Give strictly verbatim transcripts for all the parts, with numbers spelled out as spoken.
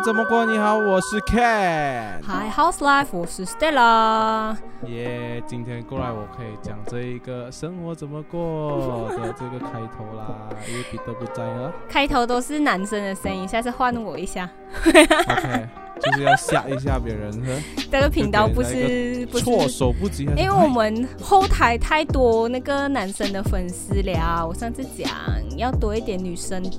怎么过？你好，我是 Ken。 Hi House Life， 我是 Stella。 耶、yeah, 今天过来我可以讲这一个生活怎么过的这个开头啦，因为彼得不在了。 开头都是男生的声音，下次换我一下。 OK。就是要吓一下别人， 这个频道不是不是措手不及， 因为我们后台太多那个男生的粉丝了。我上次讲要多一点女生的。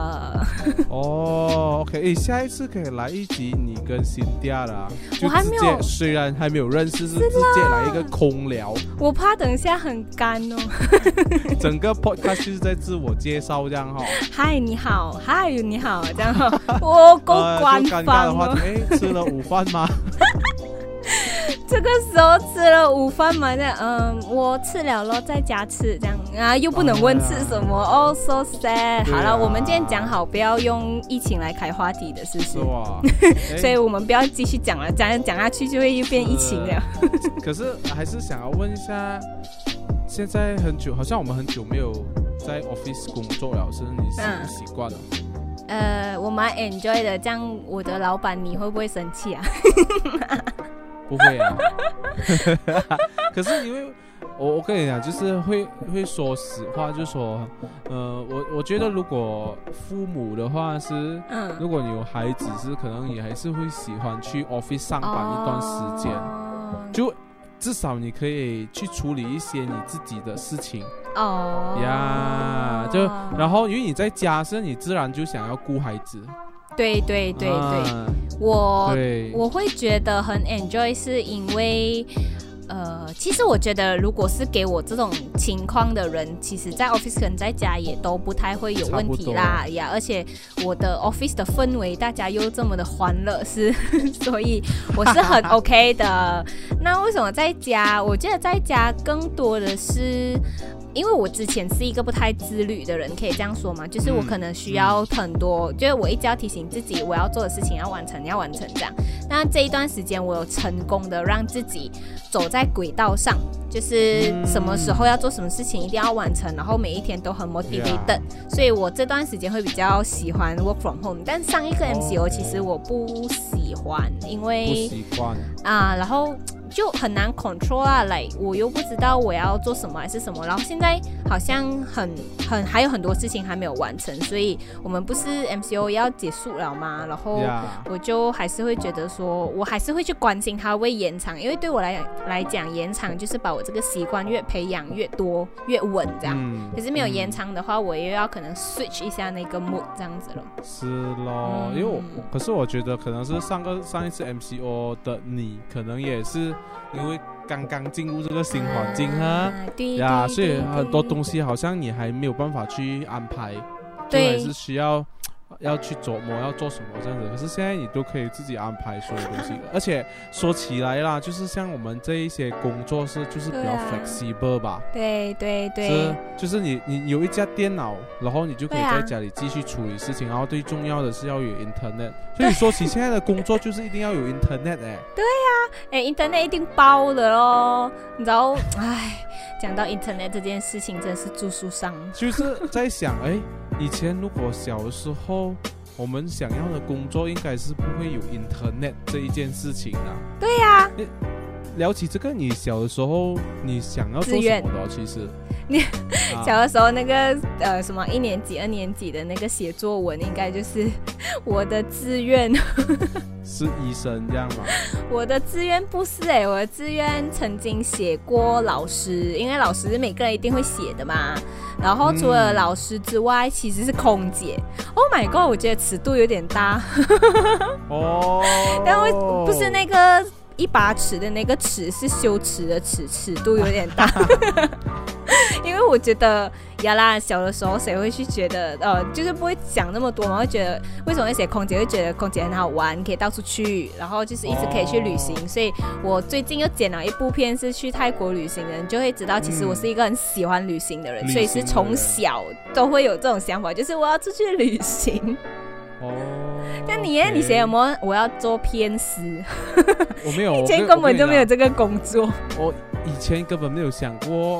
哦 ，OK， 诶，下一次可以来一集你跟辛迪亚啦。 我还没有， 虽然还没有认识，是直接来一个空聊。 我怕等一下很干哦。 整个 podcast 就是在自我介绍这样哈。 嗨，你好，嗨，你好，这样哈。我够官方哦。 哎，吃了午饭吗？ 这个时候吃了午饭吗？这样，嗯，我吃了咯，在家吃，这样啊，又不能问吃什么。哦、oh, ，so sad。好了，我们今天讲好不要用疫情来开话题的，是不是？ 哇所以我们不要继续讲了，讲讲下去就会又变疫情了。 可是还是想要问一下，现在很久，好像我们很久没有在 office 工作了，是你习不习惯了？嗯呃，我蛮 enjoy 的，这样我的老板你会不会生气啊？ 不会啊。可是因为我我跟你讲，就是会会说实话，就说，呃，我我觉得如果父母的话是，嗯，如果你有孩子是，可能你还是会喜欢去 office 上班一段时间，哦、就至少你可以去处理一些你自己的事情。哦呀， yeah, 就然后因为你在家是你自然就想要顾孩子。 对对对对，啊、我对我会觉得很 enjoy 是因为呃，其实我觉得如果是给我这种情况的人，其实在 office 可能在家也都不太会有问题啦呀，而且我的 office 的氛围大家又这么的欢乐，是所以我是很 OK 的。那为什么在家？我觉得在家更多的是因为我之前是一个不太自律的人，可以这样说吗？就是我可能需要很多，嗯、就是我一直要提醒自己我要做的事情要完成，要完成这样。那这一段时间我有成功的让自己走在轨道上，就是什么时候要做什么事情一定要完成，然后每一天都很 motivated， 所以我这段时间会比较喜欢 work from home。但上一个 M C O 其实我不喜欢，因为不习惯啊，然后就很难 control 啊，来我又不知道我要做什么还是什么，然后现在好像很很还有很多事情还没有完成，所以我们不是 M C O 要结束了吗？然后我就还是会觉得说，我还是会去关心它会延长，因为对我来来讲，延长就是把我这个习惯越培养越多越稳这样。嗯、可是没有延长的话，我又要可能 switch 一下那个 mood 这样子咯。 是咯，嗯、因为我可是我觉得可能是上个上一次 M C O 的你，可能也是。因为刚刚进入这个新环境啊， 对呀，所以很多东西好像你还没有办法去安排，就还是需要要去琢磨要做什么这样子。可是现在你都可以自己安排所有东西，而且说起来啦，就是像我们这一些工作是就是比较 flexible 吧。 对对对， 是就是你你有一架电脑，然后你就可以在家里继续处理事情，然后最重要的是要有 internet。所以说起现在的工作就是一定要有 internet 哎、欸。 对呀、啊，哎 internet 一定包的咯，你知道？哎，讲到 internet 这件事情，真的是住宿上。 就是在想，哎，以前如果小的时候，我们想要的工作应该是不会有 internet 这一件事情的。 对呀、啊。 聊起这个，你小的时候你想要做什么的？其实你、啊、小的时候那个呃什么一年级、二年级的那个写作文，应该就是我的志愿是医生这样吗？ 我的志愿不是哎、欸，我的志愿曾经写过老师，因为老师每个人一定会写的嘛。然后除了老师之外，嗯、其实是空姐。Oh my god， 我觉得尺度有点大。哦，但我不是那个。一把尺的那个尺是羞耻的尺，尺度有点大。因为我觉得呀啦，小的时候谁会去觉得呃，就是不会想那么多嘛，会觉得为什么会写空姐，会觉得空姐很好玩，可以到处去，然后就是一直可以去旅行。哦、所以我最近又剪了一部片是去泰国旅行的，你就会知道其实我是一个很喜欢旅行的人，嗯、所以是从小都会有这种想法，就是我要出去旅行。哦，那你耶？ Okay. 你写什么？我要做偏师。 我没有， 以前根本就没有这个工作。 我以前根本没有想过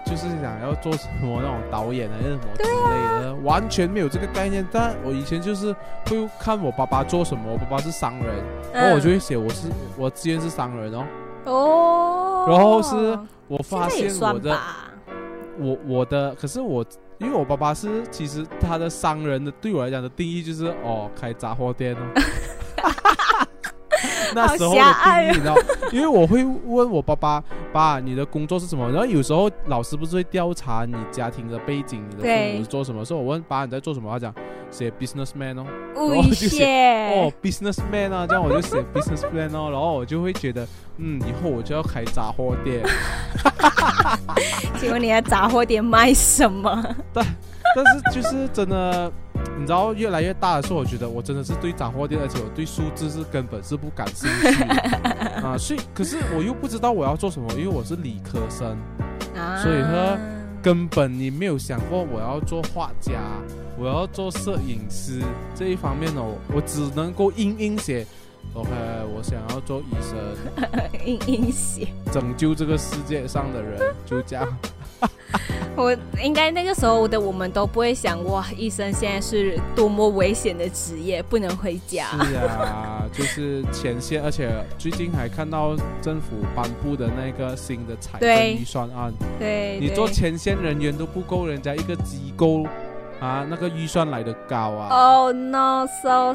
就是想要做什么那种导演还是什么之类的、啊、完全没有这个概念。但我以前就是会看我爸爸做什么，我爸爸是商人、嗯、然后我就会写我是我志愿是商人哦哦，然后是我发现我的我我的可是我因为我爸爸是其实他的商人的对我来讲的定义就是哦开杂货店哦那时候的定义你知道因为我会问我爸爸爸你的工作是什么，然后有时候老师不是会调查你家庭的背景，你的父母是做什么，所以我问爸你在做什么，他讲写 businessman 哦，然后我就写哦 businessman 啊，这样我就写 businessman 哦，然后我就会觉得嗯以后我就要开杂货店请问你的杂货店卖什么？ 但但是就是真的你知道越来越大的时候，我觉得我真的是对杂货店，而且我对数字是根本是不感兴趣啊，所以可是我又不知道我要做什么，因为我是理科生、啊、所以呢根本你没有想过我要做画家，我要做摄影师这一方面哦，我只能够硬硬写 OK 我想要做医生硬硬写拯救这个世界上的人就这样我应该那个时候的我们都不会想哇，医生现在是多么危险的职业，不能回家。 是啊，就是前线，而且最近还看到政府颁布的那个新的财政预算案。 对， 你做前线人员都不够人家一个机构啊那个预算来得高啊。 Oh no, so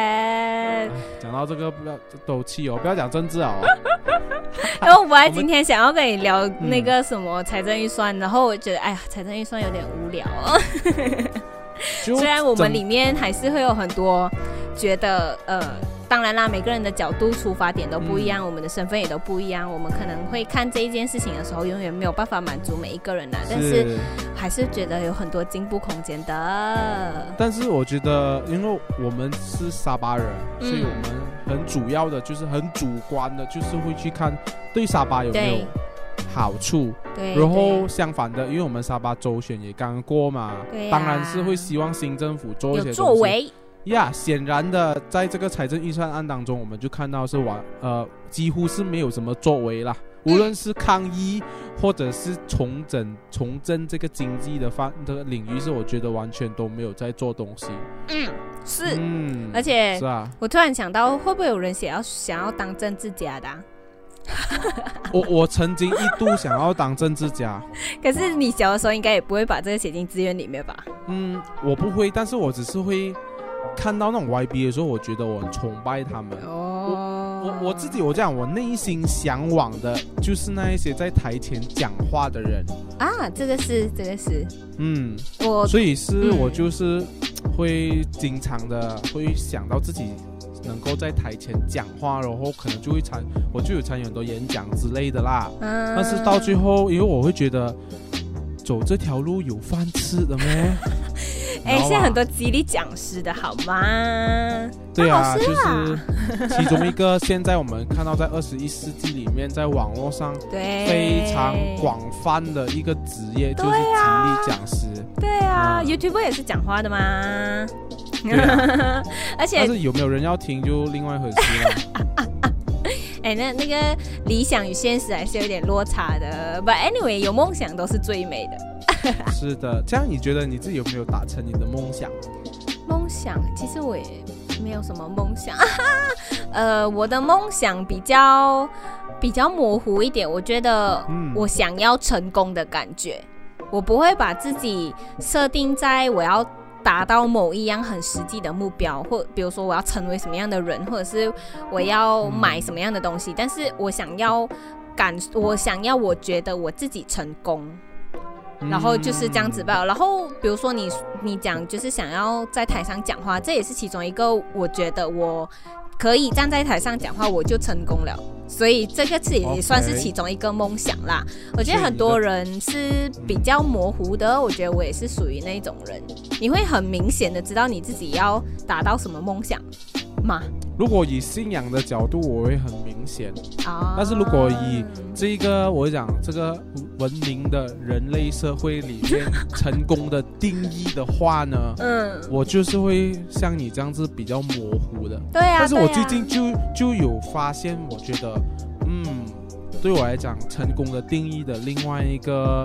sad。 讲到这个不要都气哦，不要讲政治哦。 因为我本来今天想要跟你聊那个什么财政预算、嗯、然后我觉得哎呀财政预算有点无聊虽然我们里面还是会有很多觉得呃当然啦每个人的角度出发点都不一样、嗯、我们的身份也都不一样，我们可能会看这一件事情的时候永远没有办法满足每一个人啦，但是还是觉得有很多进步空间的。 但是我觉得因为我们是沙巴人、嗯、所以我们很主要的就是很主观的就是会去看对沙巴有没有好处， 对， 然后相反的因为我们沙巴州选也刚过嘛， 对、啊、 当然是会希望新政府做一些有作为呀、yeah, 显然的在这个财政预算案当中我们就看到是完呃几乎是没有什么作为啦，无论是抗疫或者是重整重振这个经济的范这个领域，是我觉得完全都没有在做东西。 嗯，是，嗯，而且是啊，我突然想到，会不会有人想要想要当政治家的、啊？ 我我曾经一度想要当政治家， 可是你小的时候应该也不会把这个写进志愿里面吧？ 嗯，我不会，但是我只是会看到那种 Y B 的时候，我觉得我很崇拜他们。哦，我我我自己我这样，我内心向往的就是那一些在台前讲话的人啊，这个是这个是， 嗯，我所以是、嗯、我就是会经常的会想到自己能够在台前讲话，然后可能就会参，我就有参与很多演讲之类的啦。嗯、但是到最后，因为我会觉得走这条路有饭吃的咩？ 哎、欸，现在很多激励讲师的好吗？ 对啊，就是其中一个。现在我们看到在二十一世纪里面，在网络上非常广泛的一个职业就是激励讲师。 对啊、嗯、，YouTuber 也是讲话的吗？ 对啊，而且但是有没有人要听就另外一回事了。 哎、欸，那那个理想与现实还是有点落差的。But anyway， 有梦想都是最美的。 是的，这样你觉得你自己有没有达成你的梦想？ 梦想，其实我也没有什么梦想。呃，我的梦想比较比较模糊一点，我觉得我想要成功的感觉，嗯、我不会把自己设定在我要达到某一样很实际的目标，或比如说我要成为什么样的人，或者是我要买什么样的东西，嗯、但是我想要感，我想要我觉得我自己成功。然后就是这样子吧。然后比如说你你讲就是想要在台上讲话，这也是其中一个我觉得我可以站在台上讲话我就成功了，所以这个是也算是其中一个梦想啦。Okay. 我觉得很多人是比较模糊的，我觉得我也是属于那种人。你会很明显的知道你自己要达到什么梦想吗？ 如果以信仰的角度我会很明显、啊、但是如果以这个我讲这个文明的人类社会里面成功的定义的话呢，嗯，我就是会像你这样子比较模糊的。 对啊， 但是我最近就就有发现，我觉得嗯对我来讲成功的定义的另外一个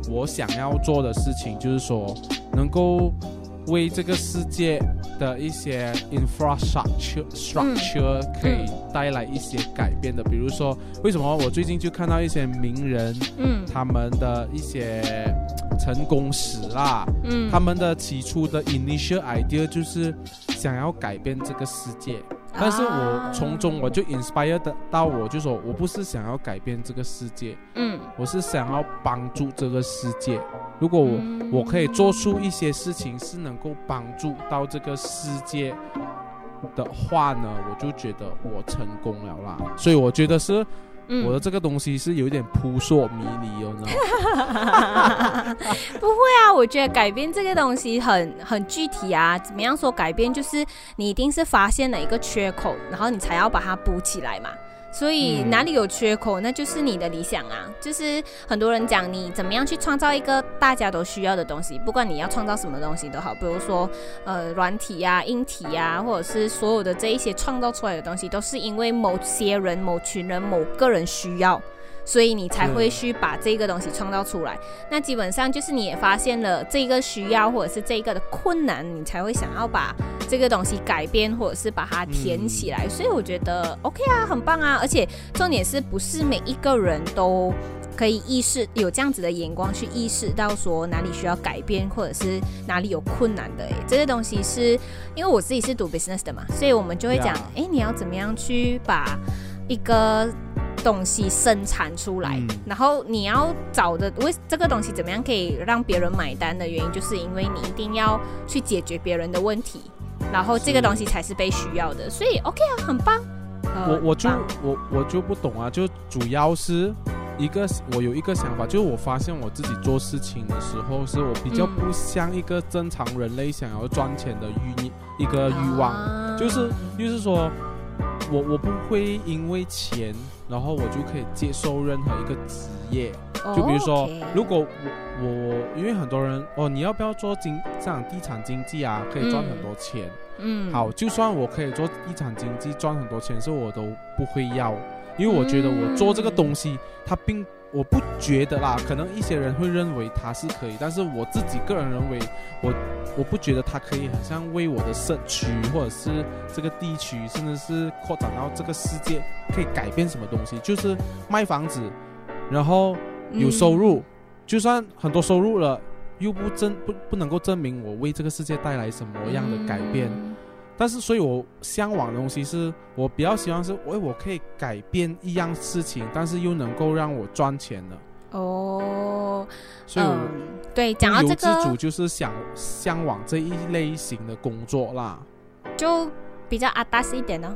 我想要做的事情，就是说能够为这个世界的一些 infrastructure structure 可以带来一些改变的。比如说为什么我最近就看到一些名人，嗯，他们的一些成功史啦，嗯，他们的起初的 initial idea 就是想要改变这个世界，但是我从中我就 inspire 到，我就说我不是想要改变这个世界，嗯，我是想要帮助这个世界。如果我、嗯、我可以做出一些事情是能够帮助到这个世界的话呢，我就觉得我成功了啦。所以我觉得是我的这个东西是有点扑朔迷离哦，你知道吗？ 不会啊，我觉得改变这个东西很很具体啊。怎么样说改变？就是你一定是发现了一个缺口，然后你才要把它补起来嘛。所以哪里有缺口，那就是你的理想啊。就是很多人讲你怎么样去创造一个大家都需要的东西，不管你要创造什么东西都好，比如说呃软体啊、硬体啊，或者是所有的这一些创造出来的东西，都是因为某些人、某群人、某个人需要，所以你才会去把这个东西创造出来。那基本上就是你也发现了这个需要或者是这个的困难，你才会想要把这个东西改变或者是把它填起来、嗯、所以我觉得 OK 啊，很棒啊。而且重点是不是每一个人都可以意识有这样子的眼光去意识到说哪里需要改变或者是哪里有困难的。这个东西是因为我自己是读 business 的嘛，所以我们就会讲、yeah. 你要怎么样去把一个东西生产出来、嗯、然后你要找的为这个东西怎么样可以让别人买单的原因，就是因为你一定要去解决别人的问题，然后这个东西才是被需要的。所以 OK 啊，很棒。 呃、我我就我我就不懂啊，就主要是一个我有一个想法，就是我发现我自己做事情的时候，是我比较不像一个正常人类想要赚钱的欲一个欲望、啊、就是就是说我我不会因为钱然后我就可以接受任何一个职业、oh, 就比如说、okay. 如果我我因为很多人哦，你要不要做经这样地产经济啊，可以赚很多钱，嗯，好，就算我可以做地产经济赚很多钱，是我都不会要，因为我觉得我做这个东西、嗯、它并我不觉得啦，可能一些人会认为它是可以，但是我自己个人认为我我不觉得它可以好像为我的社区或者是这个地区甚至是扩展到这个世界可以改变什么东西。就是卖房子然后有收入、嗯、就算很多收入了又不证 不, 不能够证明我为这个世界带来什么样的改变、嗯，但是所以我向往的东西是我比较希望是我我可以改变一样事情，但是又能够让我赚钱的哦。 所以我、 嗯、对，讲到这个自主就是想向往这一类型的工作啦， 就比较阿达斯一点呢、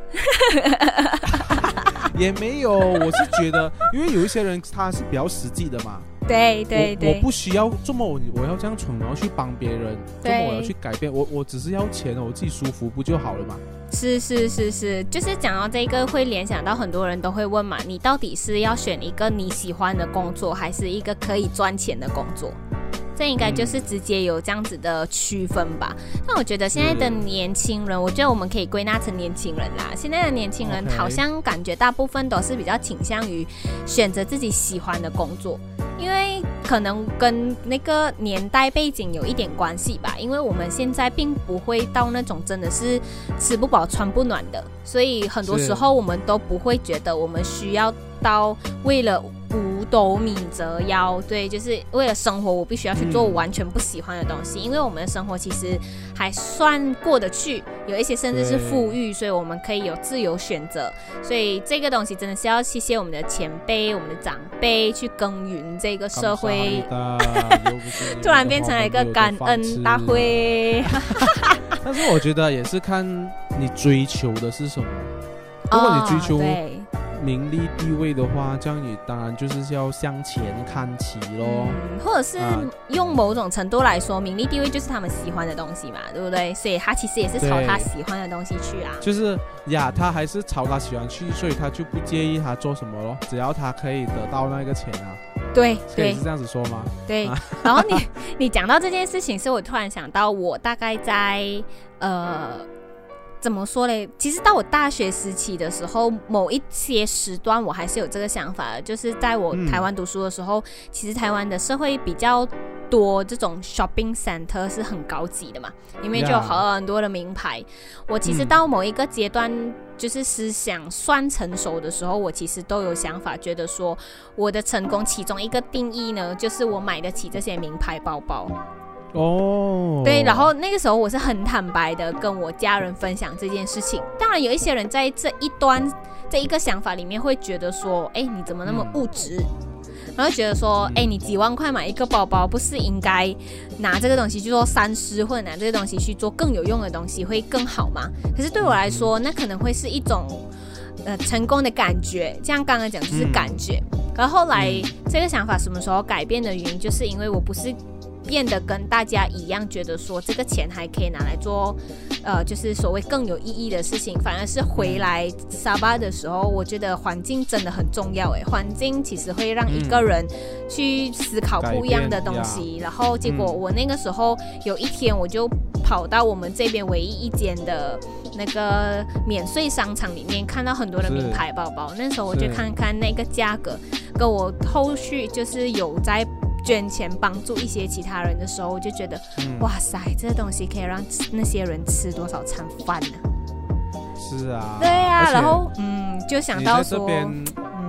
哦、也没有，我是觉得因为有一些人他是比较实际的嘛， 对对对， 我, 我不需要这么 我, 我要这样蠢，我要去帮别人，这么我要去改变，我我只是要钱，我自己舒服不就好了嘛？ 是是是是，就是讲到这个会联想到很多人都会问嘛，你到底是要选一个你喜欢的工作，还是一个可以赚钱的工作？这应该就是直接有这样子的区分吧。那、嗯、我觉得现在的年轻人，我觉得我们可以归纳成年轻人啦。现在的年轻人好像感觉大部分都是比较倾向于选择自己喜欢的工作，因为可能跟那个年代背景有一点关系吧。因为我们现在并不会到那种真的是吃不饱穿不暖的，所以很多时候我们都不会觉得我们需要到为了五斗米折腰，对，就是为了生活我必须要去做我完全不喜欢的东西、嗯、因为我们的生活其实还算过得去，有一些甚至是富裕，所以我们可以有自由选择。所以这个东西真的是要谢谢我们的前辈我们的长辈去耕耘这个社会突然变成了一个感恩大会但是我觉得也是看你追求的是什么。如果你追求、哦名利地位的话，这样你当然就是要向前看齐咯、 嗯、或者是用某种程度来说、啊、名利地位就是他们喜欢的东西嘛，对不对？所以他其实也是朝他喜欢的东西去啊，就是呀，他还是朝他喜欢去，所以他就不介意他做什么咯，只要他可以得到那个钱啊。 对对， 是这样子说吗？ 对、啊、然后你你讲到这件事情，是我突然想到我大概在呃怎么说嘞？其实到我大学时期的时候，某一些时段我还是有这个想法的，就是在我台湾读书的时候，嗯、其实台湾的社会比较多这种 shopping center 是很高级的嘛，里面就有很多的名牌。Yeah. 我其实到某一个阶段，就是思想算成熟的时候，我其实都有想法，觉得说我的成功其中一个定义呢，就是我买得起这些名牌包包。 哦、oh. 对，然后那个时候我是很坦白的跟我家人分享这件事情。当然有一些人在这一端这一个想法里面会觉得说，哎，你怎么那么物质、嗯、然后觉得说，哎，你几万块买一个包包，不是应该拿这个东西去做三思，或者拿这个东西去做更有用的东西会更好吗？可是对我来说，那可能会是一种呃成功的感觉，像刚刚讲就是感觉、嗯、然后后来、嗯、这个想法什么时候改变的原因，就是因为我不是变得跟大家一样，觉得说这个钱还可以拿来做，呃，就是所谓更有意义的事情，反而是回来沙巴的时候，我觉得环境真的很重要诶，环境其实会让一个人去思考不一样的东西。然后结果我那个时候有一天，我就跑到我们这边唯一一间的那个免税商场里面，看到很多的名牌包包。那时候我就看看那个价格，跟我后续就是有在捐钱帮助一些其他人的时候，我就觉得、嗯、哇塞，这个东西可以让那些人吃多少餐饭呢？ 是啊， 对啊，然后嗯，就想到说，嗯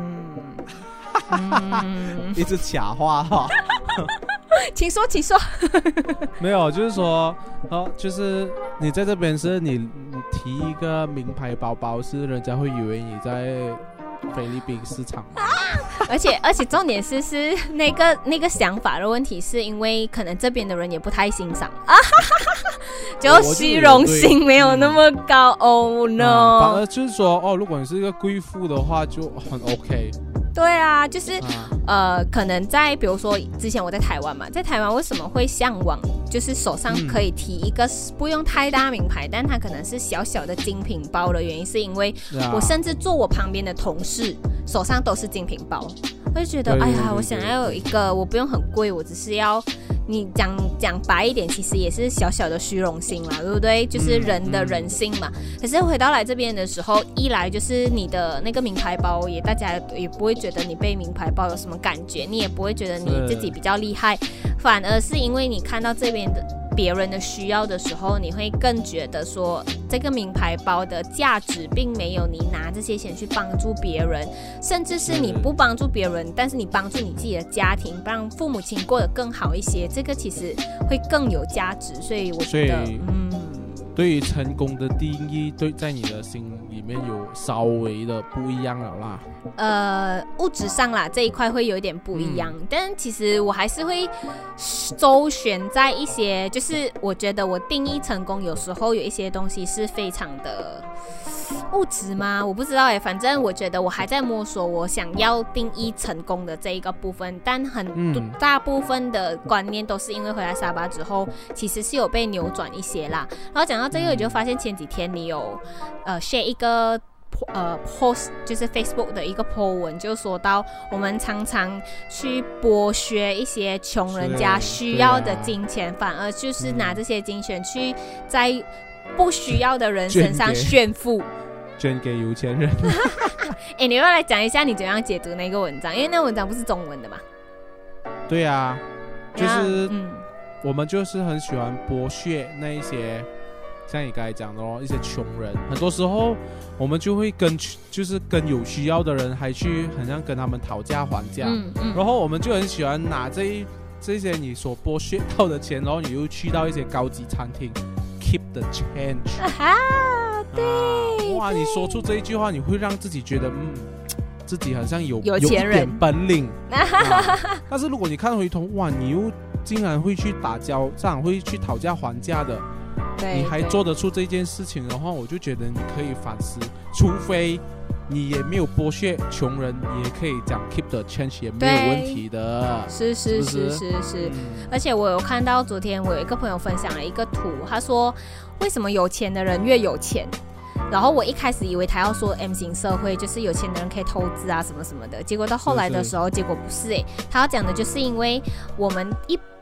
嗯，一直卡话哈， 请说，请说。 没有，就是说，哦，就是你在这边是你提一个名牌包包，是人家会以为你在菲律宾市场。 而且而且重点是是那个那个想法的问题，是因为可能这边的人也不太欣赏啊，就虚荣心没有那么高、嗯、哦 no、啊、 反而就是说哦，如果你是一个贵妇的话就很 OK。 对啊，就是、啊、呃，可能在比如说之前我在台湾嘛，在台湾为什么会向往，就是手上可以提一个不用太大名牌、嗯、但它可能是小小的精品包的原因，是因为我甚至坐我旁边的同事手上都是精品包，我就觉得哎呀，我想要有一个，我不用很贵，我只是要你讲讲白一点，其实也是小小的虚荣心啦，对不对？就是人的人性嘛、嗯嗯、可是回到来这边的时候，一来就是你的那个名牌包也大家也不会觉得你背名牌包有什么感觉，你也不会觉得你自己比较厉害，反而是因为你看到这边的别人的需要的时候，你会更觉得说这个名牌包的价值并没有你拿这些钱去帮助别人，甚至是你不帮助别人，但是你帮助你自己的家庭，让父母亲过得更好一些，这个其实会更有价值。所以我觉得嗯， 对于成功的定义，对在你的心里面有稍微的不一样了啦。 呃，物质上啦这一块会有一点不一样、嗯、但其实我还是会周旋在一些，就是我觉得我定义成功有时候有一些东西是非常的物质吗？我不知道耶，反正我觉得我还在摸索我想要定义成功的这一个部分，但很、嗯、大部分的观念都是因为回来沙巴之后其实是有被扭转一些啦。然后讲到这个，我就发现前几天你有呃 share 一个呃 post， 就是 Facebook 的一个 po 文，就说到我们常常去剥削一些穷人家需要的金钱、啊、反而就是拿这些金钱去在不需要的人身上炫富， 捐给有钱人。 哎、欸，你要来讲一下你怎样解读那个文章？因为那个文章不是中文的嘛。 对啊，就是我们就是很喜欢剥削那一些，像你刚才讲的哦，一些穷人，很多时候我们就会跟就是跟有需要的人还去很像跟他们讨价还价、嗯嗯、然后我们就很喜欢拿这一这些你所剥削到的钱，然后你又去到一些高级餐厅 keep the change 啊，对、啊、 哇，你说出这一句话，你会让自己觉得嗯，自己好像有有钱人有一点本领、啊、但是如果你看回头，哇，你又竟然会去打交上，会去讨价还价的，你还做得出这件事情的话，我就觉得你可以反思，除非你也没有剥削穷人，你也可以讲 keep the change 也没有问题的。 是是是是是、嗯、而且我有看到昨天我有一个朋友分享了一个图，他说为什么有钱的人越有钱，然后我一开始以为他要说 M 型社会，就是有钱的人可以投资啊什么什么的，结果到后来的时候，是是结果不是哎、欸，他要讲的就是因为我们一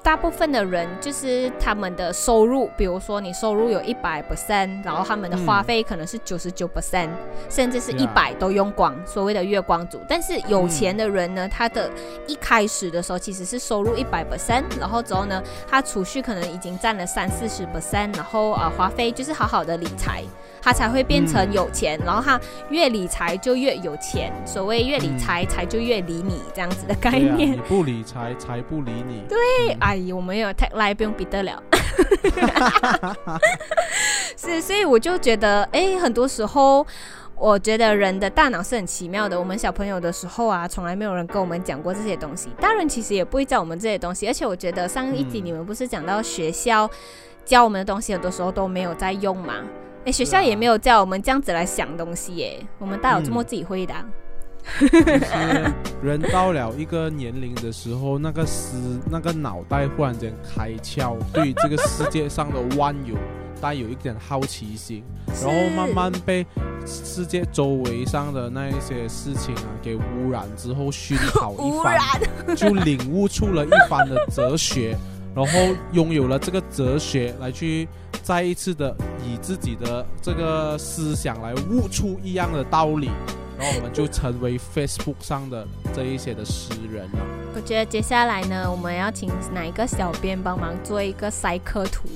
大部分的人就是他们的收入，比如说你收入有 百分之百， 然后他们的花费可能是 百分之九十九， 甚至是一百都用光，所谓的月光族。但是有钱的人呢，他的一开始的时候其实是收入 百分之百， 然后之后呢他储蓄可能已经占了三四十 percent， 然后、呃、花费就是好好的理财，他才会变成有钱、嗯、然后他越理财就越有钱，所谓越理财、嗯、财就越理你，这样子的概念、啊、 你不理财财不理你。 对、嗯、哎，我们有 tagline 不用比得了是，所以我就觉得哎，很多时候我觉得人的大脑是很奇妙的。我们小朋友的时候啊，从来没有人跟我们讲过这些东西，大人其实也不会教我们这些东西。而且我觉得上一集你们不是讲到学校教我们的东西很多时候都没有在用嘛？哎，学校也没有教我们这样子来想东西耶，我们大有这么自己会的、啊嗯、就是人到了一个年龄的时候，那个思那个脑袋忽然间开窍，对于这个世界上的万有带有一点好奇心，然后慢慢被世界周围上的那一些事情啊给污染之后熏陶一番就领悟出了一番的哲学然后拥有了这个哲学来去再一次的以自己的这个思想来悟出一样的道理，然后我们就成为 Facebook 上的这一些的诗人了。 我觉得接下来呢，我们要请哪一个小编帮忙做一个塞课图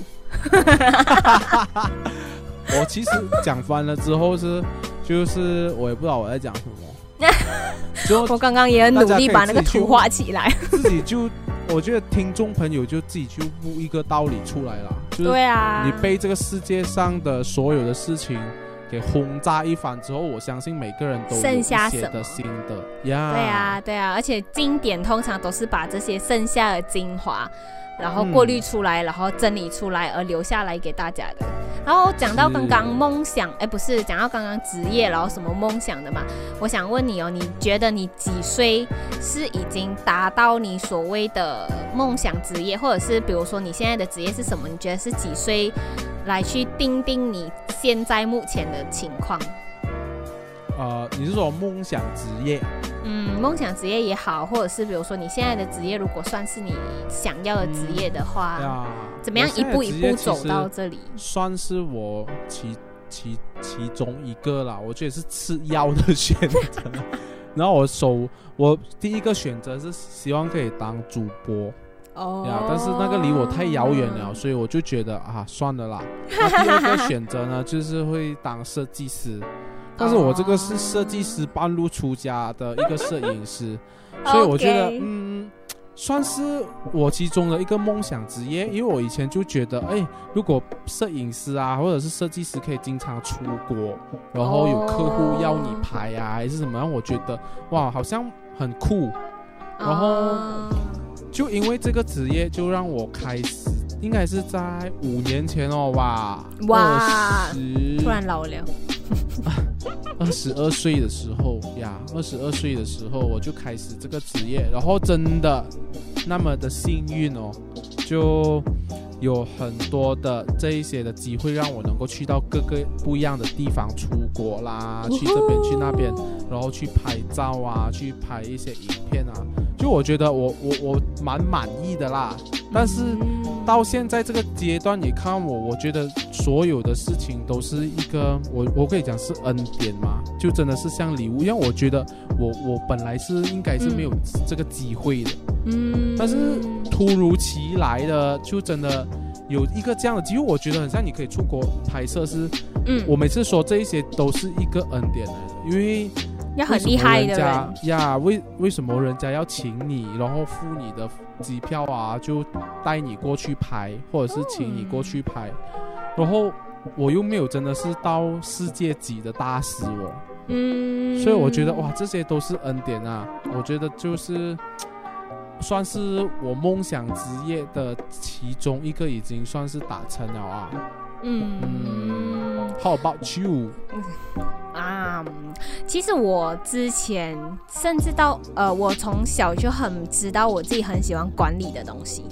我其实讲翻了之后是就是我也不知道我在讲什么就我刚刚也很努力把那个图画起来自己就我觉得听众朋友就自己去悟一个道理出来了，就是对啊， 你被这个世界上的所有的事情给轰炸一番之后，我相信每个人都有一些的心得呀。 对啊对啊，而且经典通常都是把这些剩下的精华然后过滤出来、嗯、然后整理出来而留下来给大家的。然后讲到刚刚梦想，哎，不是讲到刚刚职业然后什么梦想的嘛，我想问你哦，你觉得你几岁是已经达到你所谓的梦想职业，或者是比如说你现在的职业是什么，你觉得是几岁来去定定你现在目前的情况？ 呃，你是说梦想职业？ 嗯，梦想职业也好，或者是比如说你现在的职业，如果算是你想要的职业的话，嗯、怎么样一步一步走到这里？ 算是我其其其中一个啦，我觉得是次要的选择。然后我首我第一个选择是希望可以当主播。哦、yeah, 但是那个离我太遥远了，所以我就觉得啊，算了啦。那第二个选择呢，就是会当设计师。但是我这个是设计师半路出家的一个摄影师，所以我觉得、okay. 嗯，算是我其中的一个梦想职业。因为我以前就觉得，哎，如果摄影师啊或者是设计师可以经常出国，然后有客户要你拍啊、oh. 还是什么样，我觉得哇好像很酷。然后就因为这个职业就让我开始，应该是在五年前哦吧， 哇，突然老了二十二岁的时候呀，二十二岁的时候我就开始这个职业，然后真的那么的幸运哦，就有很多的这一些的机会让我能够去到各个不一样的地方出国啦，去这边去那边，然后去拍照啊，去拍一些影片啊，就我觉得我我我蛮满意的啦。但是到现在这个阶段，你看我，我觉得所有的事情都是一个我我可以讲是恩典嘛，就真的是像礼物，因为我觉得我我本来是应该是没有这个机会的，嗯，但是突如其来的就真的有一个这样的机会，我觉得很像你可以出国拍摄是，嗯，我每次说这一些都是一个恩典来的，因为要很厉害的人呀，为为什么人家要请你，然后付你的机票啊，就带你过去拍，或者是请你过去拍，然后我又没有真的是到世界级的大师哦，嗯，所以我觉得哇，这些都是恩典啊，我觉得就是算是我梦想职业的其中一个，已经算是达成了啊。嗯, 嗯 How about you？ 啊，其实我之前甚至到呃，我从小就很知道我自己很喜欢管理的东西，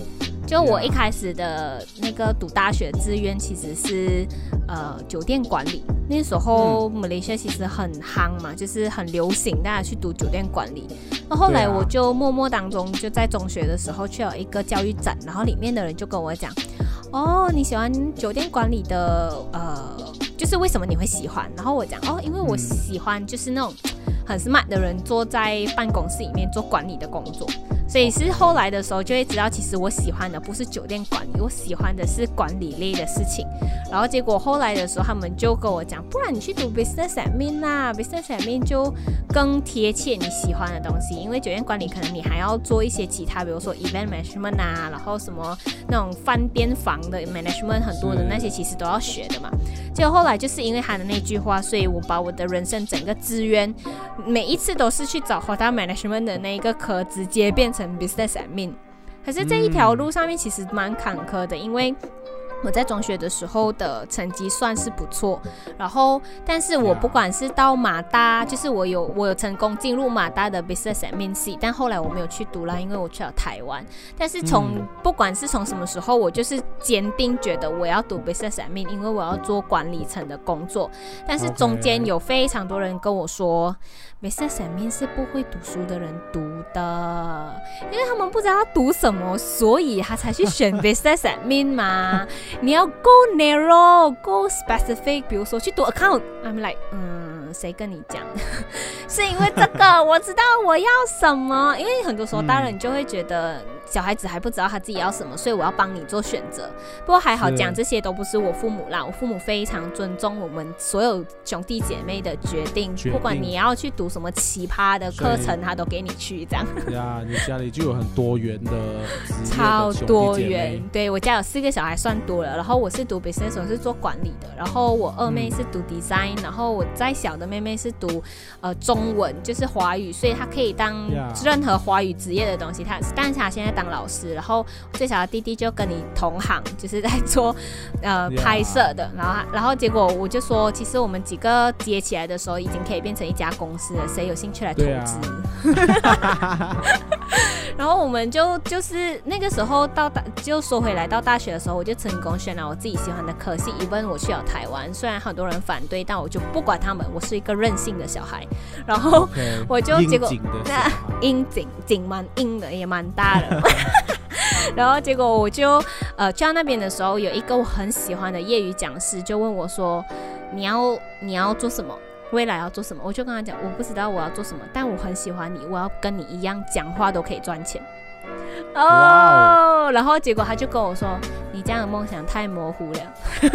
就我一开始的那个读大学志愿其实是呃酒店管理，那时候马来西亚其实很夯嘛，就是很流行大家去读酒店管理。那后来我就默默当中就在中学的时候去了一个教育展，然后里面的人就跟我讲，哦，你喜欢酒店管理的呃，就是为什么你会喜欢？然后我讲哦，因为我喜欢就是那种很 smart 的人坐在办公室里面做管理的工作。所以是后来的时候就会知道，其实我喜欢的不是酒店管理，我喜欢的是管理类的事情。然后结果后来的时候，他们就跟我讲，不然你去读 business admin 啦 ，business admin 就更贴切你喜欢的东西。因为酒店管理可能你还要做一些其他，比如说 event management 啊，然后什么那种饭店房的 management 很多的那些其实都要学的嘛。结果后来就是因为他的那句话，所以我把我的人生整个资源每一次都是去找 hotel management 的那一个科，直接变成 business admin。 可是这一条路上面其实蛮坎坷的，因为我在中学的时候的成绩算是不错，然后但是我不管是到马大，就是我有我有成功进入马大的 business admin系，但后来我没有去读啦，因为我去了台湾。但是从、嗯、不管是从什么时候，我就是坚定觉得我要读 business admin， 因为我要做管理层的工作。但是中间有非常多人跟我说、okay. business admin 是不会读书的人读的，因为他们不知道要读什么，所以他才去选 business admin 嘛。你要 go narrow go specific， 比如说去读 account， I'm like 嗯，谁跟你讲是因为这个我知道我要什么，因为很多时候大人就会觉得小孩子还不知道他自己要什么，所以我要帮你做选择。不过还好讲这些都不是我父母啦，我父母非常尊重我们所有兄弟姐妹的决定，决定不管你要去读什么奇葩的课程他都给你去这样呀，你家里就有很多元的超多元，对，我家有四个小孩算多了，然后我是读 business， 我是做管理的，然后我二妹是读 design、嗯、然后我再小的妹妹是读、呃、中文就是华语，所以她可以当任何华语职业的东西，她但是她现在当老师，然后最小的弟弟就跟你同行，就是在做、呃、拍摄的，然后然后结果我就说其实我们几个接起来的时候已经可以变成一家公司了，谁有兴趣来投资、啊、然后我们就就是那个时候到就说回来到大学的时候，我就成功选了我自己喜欢的科系 even 我去了台湾，虽然很多人反对，但我就不管他们，我是一个任性的小孩，然后我就、okay, 结果那硬颈颈蛮硬的也蛮大的然后结果我就呃去到那边的时候，有一个我很喜欢的业余讲师就问我说你要你要做什么，未来要做什么，我就跟他讲我不知道我要做什么，但我很喜欢你，我要跟你一样讲话都可以赚钱哦、oh, 然后结果他就跟我说你这样的梦想太模糊了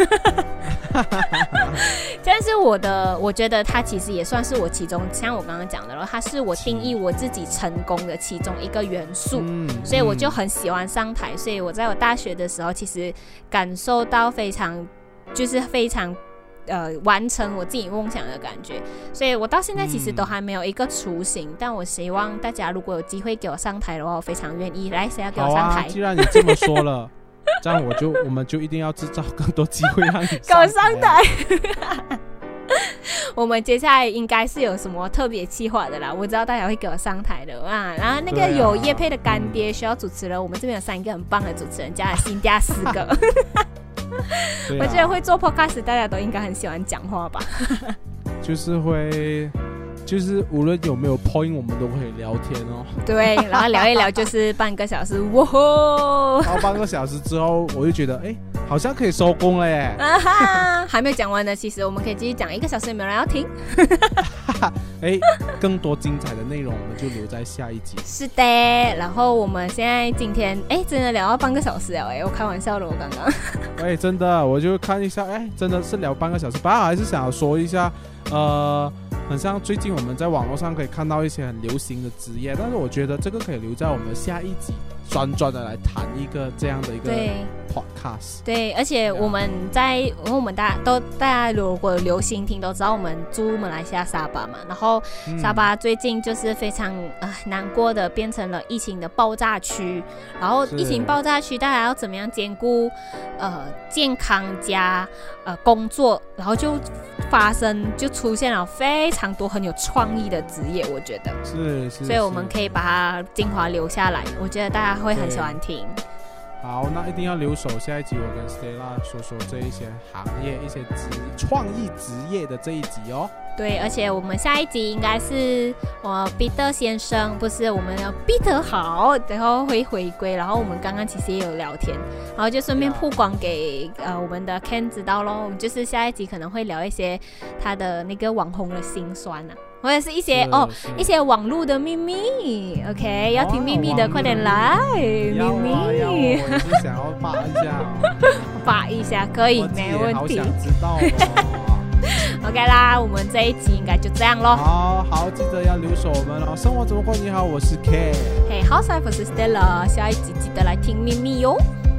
但是我的我觉得他其实也算是我其中像我刚刚讲的，然后他是我定义我自己成功的其中一个元素、嗯、所以我就很喜欢上台，所以我在我大学的时候其实感受到非常就是非常呃，完成我自己梦想的感觉，所以我到现在其实都还没有一个雏形、嗯、但我希望大家如果有机会给我上台的话，我非常愿意。来，谁要给我上台？ 好啊，既然你这么说了这样我就我们就一定要制造更多机会让你上台给我上台我们接下来应该是有什么特别企划的啦，我知道大家会给我上台的啊。然后那个有业配的干爹需要主持人、嗯、我们这边有三个很棒的主持人，加了新加四个我觉得会做 podcast 大家都应该很喜欢讲话吧就是会就是无论有没有 point 我们都会聊天哦。 对，然后聊一聊就是半个小时哇吼， 然后半个小时之后我就觉得哎，好像可以收工了耶啊哈，还没有讲完呢，其实我们可以继续讲一个小时，有没有人要听哎，更多精彩的内容我们就留在下一集。 是的，然后我们现在今天哎真的聊到半个小时了哎，我开玩笑了我刚刚哎真的我就看一下哎真的是聊半个小时，本来还是想要说一下呃很像最近我们在网络上可以看到一些很流行的职业，但是我觉得这个可以留在我们下一集专专的来谈一个这样的一个 podcast。 对，而且我们在因为我们大家都大家如果流行听都知道我们住马来西亚沙巴嘛，然后沙巴最近就是非常、呃、难过的变成了疫情的爆炸区，然后疫情爆炸区大家要怎么样兼顾呃健康加呃工作，然后就发生就出现了非常多很有创意的职业，我觉得是是， 所以我们可以把它精华留下来，我觉得大家会很喜欢听。 好，那一定要留守。下一集我跟 Stella 说说这一些行业、一些职创意职业的这一集哦。 对，而且我们下一集应该是我彼得先生，不是我们的彼得好，然后会回归。然后我们刚刚其实也有聊天，然后就顺便曝光给、yeah. 呃我们的 Ken 知道咯。我们就是下一集可能会聊一些他的那个网红的辛酸啊。或者是一些哦，一些网络的秘密 ，OK， 要听秘密的，快点来，秘密。 我是想要扒一下、哦， 扒一下可以，没问题。 好想知道哦。 OK 啦，我们这一集应该就这样咯。 好好，记得要留守我们哦。生活怎么过？你好，我是 K。 嘿，好，我是 Stella， 下一集记得来听秘密哟。